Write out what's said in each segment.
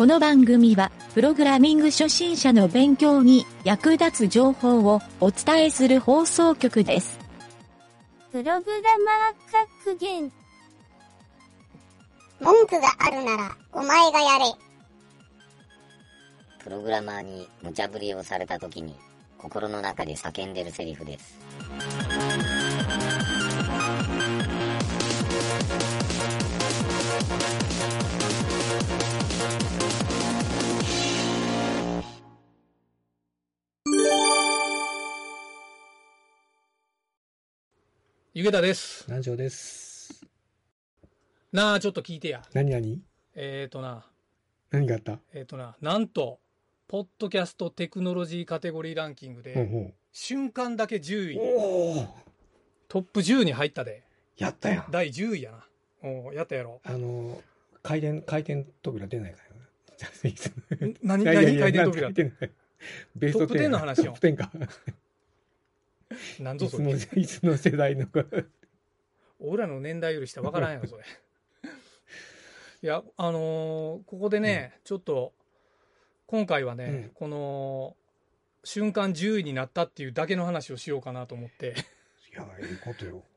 の番組は、プログラミング初心者の勉強に役立つ情報をお伝えする放送局です。 プログラマー格言。 文句があるなら、お前がやれ。 プログラマーに無茶ぶりをされた時に、心の中で叫んでるセリフです。 ゆげたです。 南條です。 なあ、ちょっと聞いてや。 何何があった？ なんと、ポッドキャストテクノロジーカテゴリーランキングで、瞬間だけ10位。トップ10に入ったで。 やったやん。 第10位やな。やったやろ。 回転扉出ないから。 何回転扉って。 ベスト10。 トップ10の話よ。 トップ10か。 なんぞそれ。 いつの世代の。 俺らの年代より下分からんやろ、それ。いや、ここでね、ちょっと、今回はね、この、瞬間10位になったっていうだけの話をしようかなと思って。 いや、いいことよ。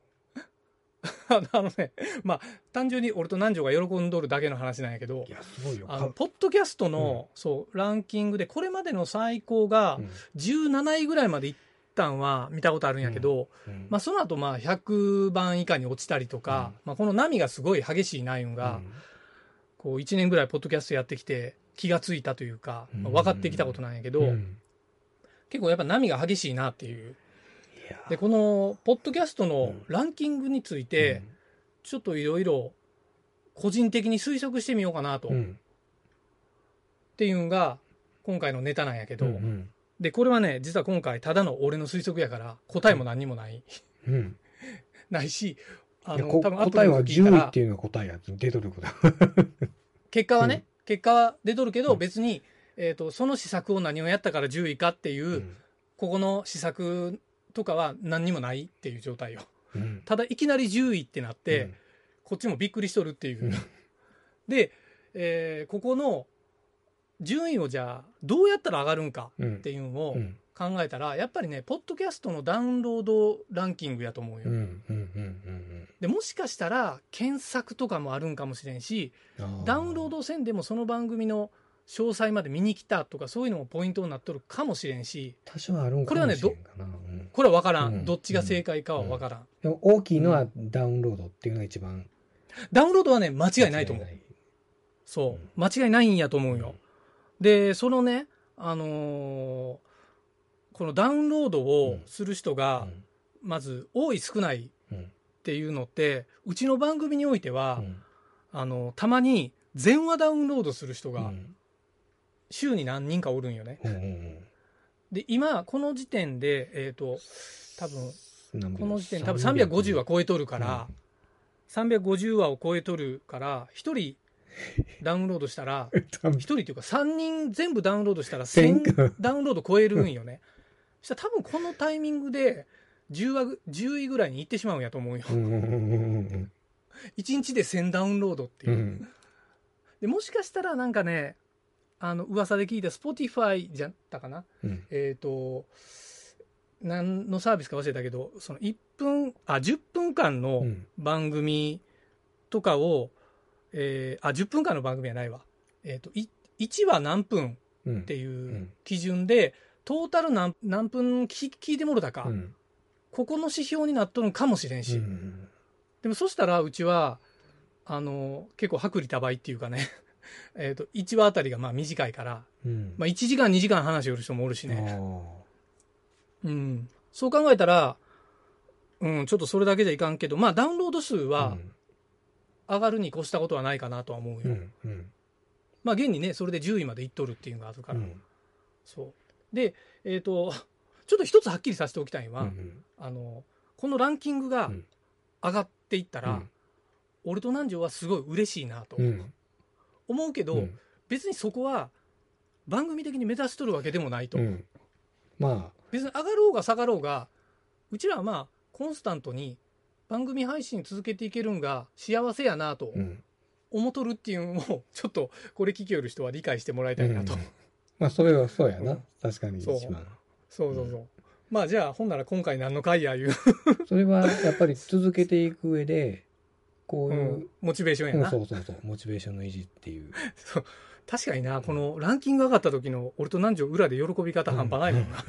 まあ、単純に俺と南條が喜んどるだけの話なんやけど、 いや、すごいよ。 ポッドキャストの、ランキングで、これまでの最高が17位ぐらいまでいったんは見たことあるんやけど、まあ、その後、まあ、100番以下に落ちたりとか、まあ、この波がすごい激しい内容が、こう、1年ぐらいポッドキャストやってきて、気がついたというか、分かってきたことなんやけど、結構やっぱ波が激しいなっていう。で、このポッドキャストのランキングについて、ちょっといろいろ個人的に推測してみようかなと、っていうのが今回のネタなんやけど、で、これはね、実は今回ただの俺の推測やから答えも何にもない。ないし、 多分答えは10位っていうのが答えや出とること。 結果はね、結果は出とるけど、別に、その施策を何をやったから10位かっていう、ここの施策とかは何にもないっていう状態よ。ただいきなり10位ってなって、こっちもびっくりしとるっていう。で、ここの順位をじゃあどうやったら上がるんかっていうのを考えたら、やっぱりね、ポッドキャストのダウンロードランキングやと思うよ。で、もしかしたら検索とかもあるんかもしれんし、ダウンロードせんでもその番組の詳細まで見に来たとか、そういうのもポイントになっとるかもしれんし、 多少あるんかもしれんかな。 これは分からん。どっちが正解かは分からん。 でも大きいのはダウンロードっていうのが一番。 ダウンロードはね、間違いないと思う。そう。間違いないんやと思うよ。で、そのね、このダウンロードをする人が、まず多い少ないっていうのって、うちの番組においては、たまに全話ダウンロードする人が、週に何人かおるんよね。で、今、この時点で、多分、この時点、多分350話超えとるから、350話を超えとるから、1人ダウンロードしたら、1人っていうか3人全部ダウンロードしたら1000ダウンロード超えるんよね。そしたら多分このタイミングで10位ぐらいに行ってしまうんやと思うよ。1日で1000ダウンロードっていう。で、もしかしたらなんかね、噂で聞いた Spotify じゃったかな、何のサービスか忘れたけど、その10分間の番組とかを、10分間の番組はないわ。1話何分っていう基準で、トータル何分聞いてもろたか、ここの指標になっとるんかもしれんし。でもそしたら、うちは、結構薄利多売っていうかね、1話あたりがまあ短いから、まあ1時間2時間話をする人もおるしね。そう考えたら、ちょっとそれだけじゃいかんけど、まあダウンロード数は上がるに越したことはないかなとは思うよ。まあ現にね、それで10位までいっとるっていうのがあるから。そう。で、ちょっと一つはっきりさせておきたいのは、このランキングが上がっていったら、俺と南條はすごい嬉しいなと思うけど、別にそこは番組的に目指しとるわけでもないと。まあ別に上がろうが下がろうが、うちらはまあコンスタントに番組配信続けていけるんが幸せやなと思とるっていうのを、ちょっとこれ聞きよる人は理解してもらいたいなと。 まあ、それはそうやな。 うん確かに一番。 そうそうそう。まあじゃあ、ほんなら今回何の回やいう、 それはやっぱり続けていく上で、こういう、 モチベーションやな。 そうそうそう、モチベーションの維持っていう。 そう確かにな、このランキング上がった時の俺と南條裏で喜び方半端ないもんな。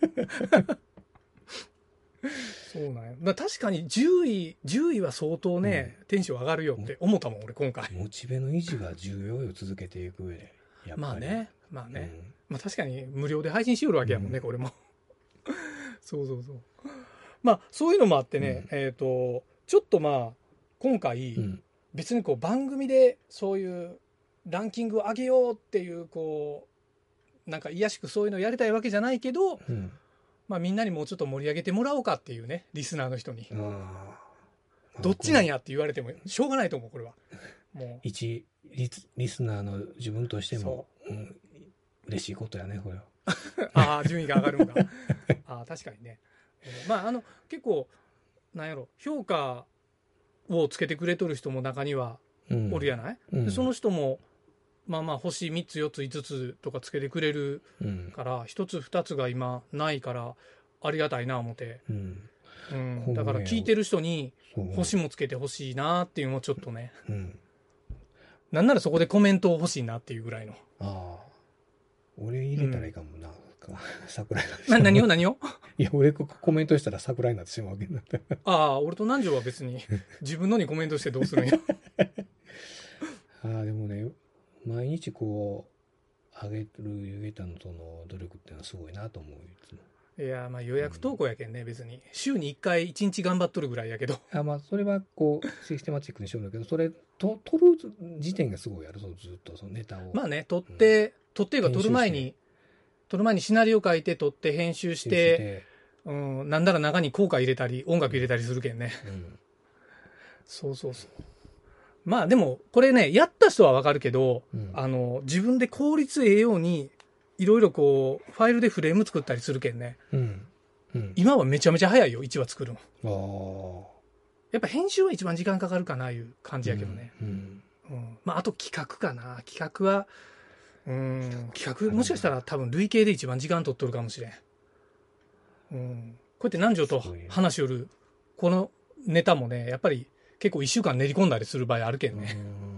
そうなんや。確かに10位は相当ね、テンション上がるよって思ったもん、俺今回。 モチベの維持が重要よ、続けていく上で。やっぱりまあね。まあ確かに無料で配信しよるわけやもんね、これも。そうそうそう。まあそういうのもあってね、ちょっとまあ、今回、別にこう番組でそういうランキングを上げようっていう、こう、なんか癒やしくそういうのやりたいわけじゃないけど、まあみんなにもうちょっと盛り上げてもらおうかっていうね、リスナーの人に。どっちなんやって言われてもしょうがないと思う、これは。もう一リスナーの自分としても、嬉しいことやね、これは。 ああ、順位が上がるんだ。ああ、確かにね。まあ結構、なんやろ、評価をつけてくれとる人も中にはおるやない、でその人も、まあまあ星3つ4つ5つとかつけてくれるから、1つ2つが今ないからありがたいな思って、だから聞いてる人に星もつけてほしいなっていうのをちょっとね、なんならそこでコメント欲しいなっていうぐらいの。 ああ、俺入れたらいいかもな、桜井何をいや、俺コメントしたら桜井になってしまうわけになった。 ああ、俺と南條は別に自分のにコメントしてどうするんや。 ああ、でもね、毎日こう上げたのとの努力っていうのはすごいなと思う。いつもいや、まあ予約投稿やけんね、別に週に1回1日頑張っとるぐらいやけど。 まあそれはこうシステマチックにしようんだけど、それ撮る時点がすごいやるぞ、ずっとそのネタを。 まあね、撮っていうか撮る前にシナリオ書いて撮って編集して、なんなら中に効果入れたり音楽入れたりするけんね。そうそうそう。まあでもこれね、やった人はわかるけど、自分で効率ええようにいろいろこうファイルでフレーム作ったりするけんね、今はめちゃめちゃ早いよ、1話作るの。やっぱ編集は一番時間かかるかないう感じやけどね。まああと企画かな。企画は企画もしかしたら多分累計で一番時間取っとるかもしれん。こうやって南條と話しよるこのネタもね、やっぱり結構1週間練り込んだりする場合あるけんね。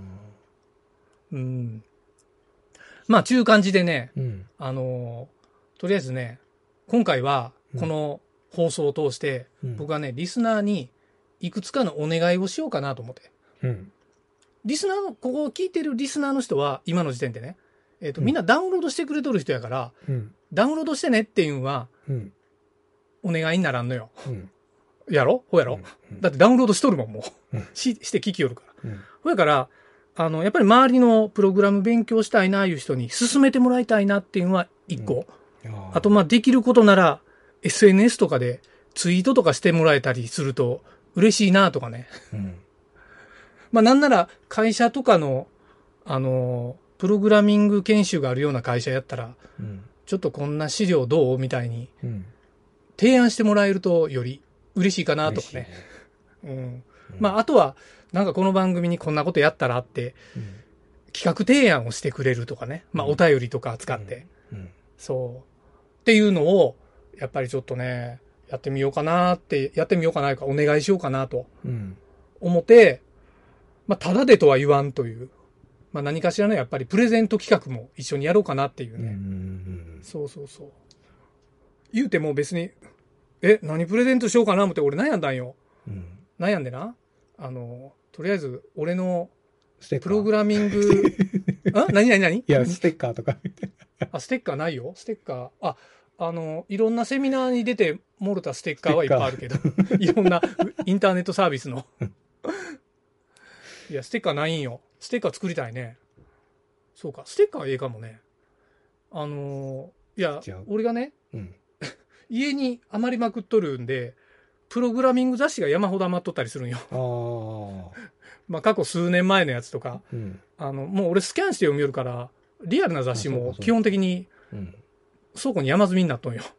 まあ中感じでね、とりあえずね、今回はこの放送を通して、僕はね、リスナーにいくつかのお願いをしようかなと思って。リスナーの、ここを聞いてるリスナーの人は、今の時点でね、みんなダウンロードしてくれとる人やから、ダウンロードしてねっていうのは、お願いにならんのよ。やろほうやろ、だってダウンロードしとるもん、もう。して聞きよるから。ほやから、やっぱり周りのプログラム勉強したいないう人に勧めてもらいたいなっていうのは一個。あと、まあ、できることなら、SNS とかでツイートとかしてもらえたりすると嬉しいなとかね。まあ、なんなら会社とかの、プログラミング研修があるような会社やったら、ちょっとこんな資料どうみたいに、提案してもらえるとより嬉しいかなとかね。まあ、あとは、なんかこの番組にこんなことやったらって、企画提案をしてくれるとかね。まあ、お便りとか使って。そう。っていうのを、やっぱりちょっとね、やってみようかな、お願いしようかなと思って、まあ、ただでとは言わんという、まあ、何かしらのやっぱりプレゼント企画も一緒にやろうかなっていうね。そうそうそう。言うても別に、何プレゼントしようかな思って俺悩んだんよ。悩んでな。とりあえず俺のプログラミング、何いや、ステッカーとか。 ステッカーないよ。ステッカー。いろんなセミナーに出てもろたステッカーはいっぱいあるけど、いろんなインターネットサービスの。いや、ステッカーないんよ。ステッカー作りたいね。そうか、ステッカーはええかもね。いや、俺がね、家に余りまくっとるんで、プログラミング雑誌が山ほど余っとったりするんよ。まあ過去数年前のやつとか、もう俺スキャンして読みよるから、リアルな雑誌も基本的に倉庫に山積みになっとんよ。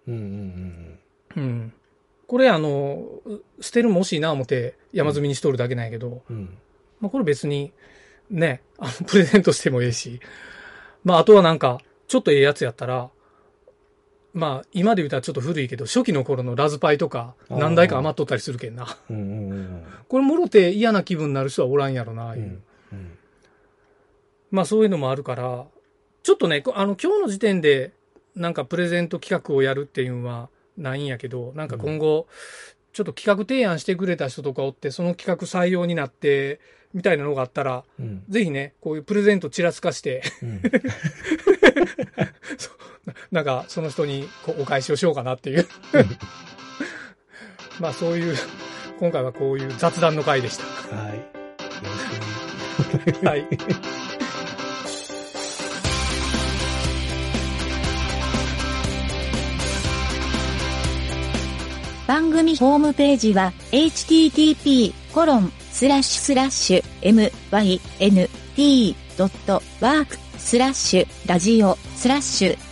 これ捨てるも惜しいな思って山積みにしとるだけなんやけど、まあこれ別にね、プレゼントしてもいいし。まあ、あとはなんか、ちょっとええやつやったら、まあ、今で言うたらちょっと古いけど、初期の頃のラズパイとか、何台か余っとったりするけんな。これもろて嫌な気分になる人はおらんやろな、まあ、そういうのもあるから、ちょっとね、今日の時点で、なんかプレゼント企画をやるっていうのはないんやけど、なんか今後、ちょっと企画提案してくれた人とかおって、その企画採用になって、みたいなのがあったら、ぜひね、こういうプレゼントちらつかして、なんかその人にお返しをしようかなっていう。まあそういう、今回はこういう雑談の回でした。 はい。よろしく。 はい。 番組ホームページは http://myn.t.work/ラジオ/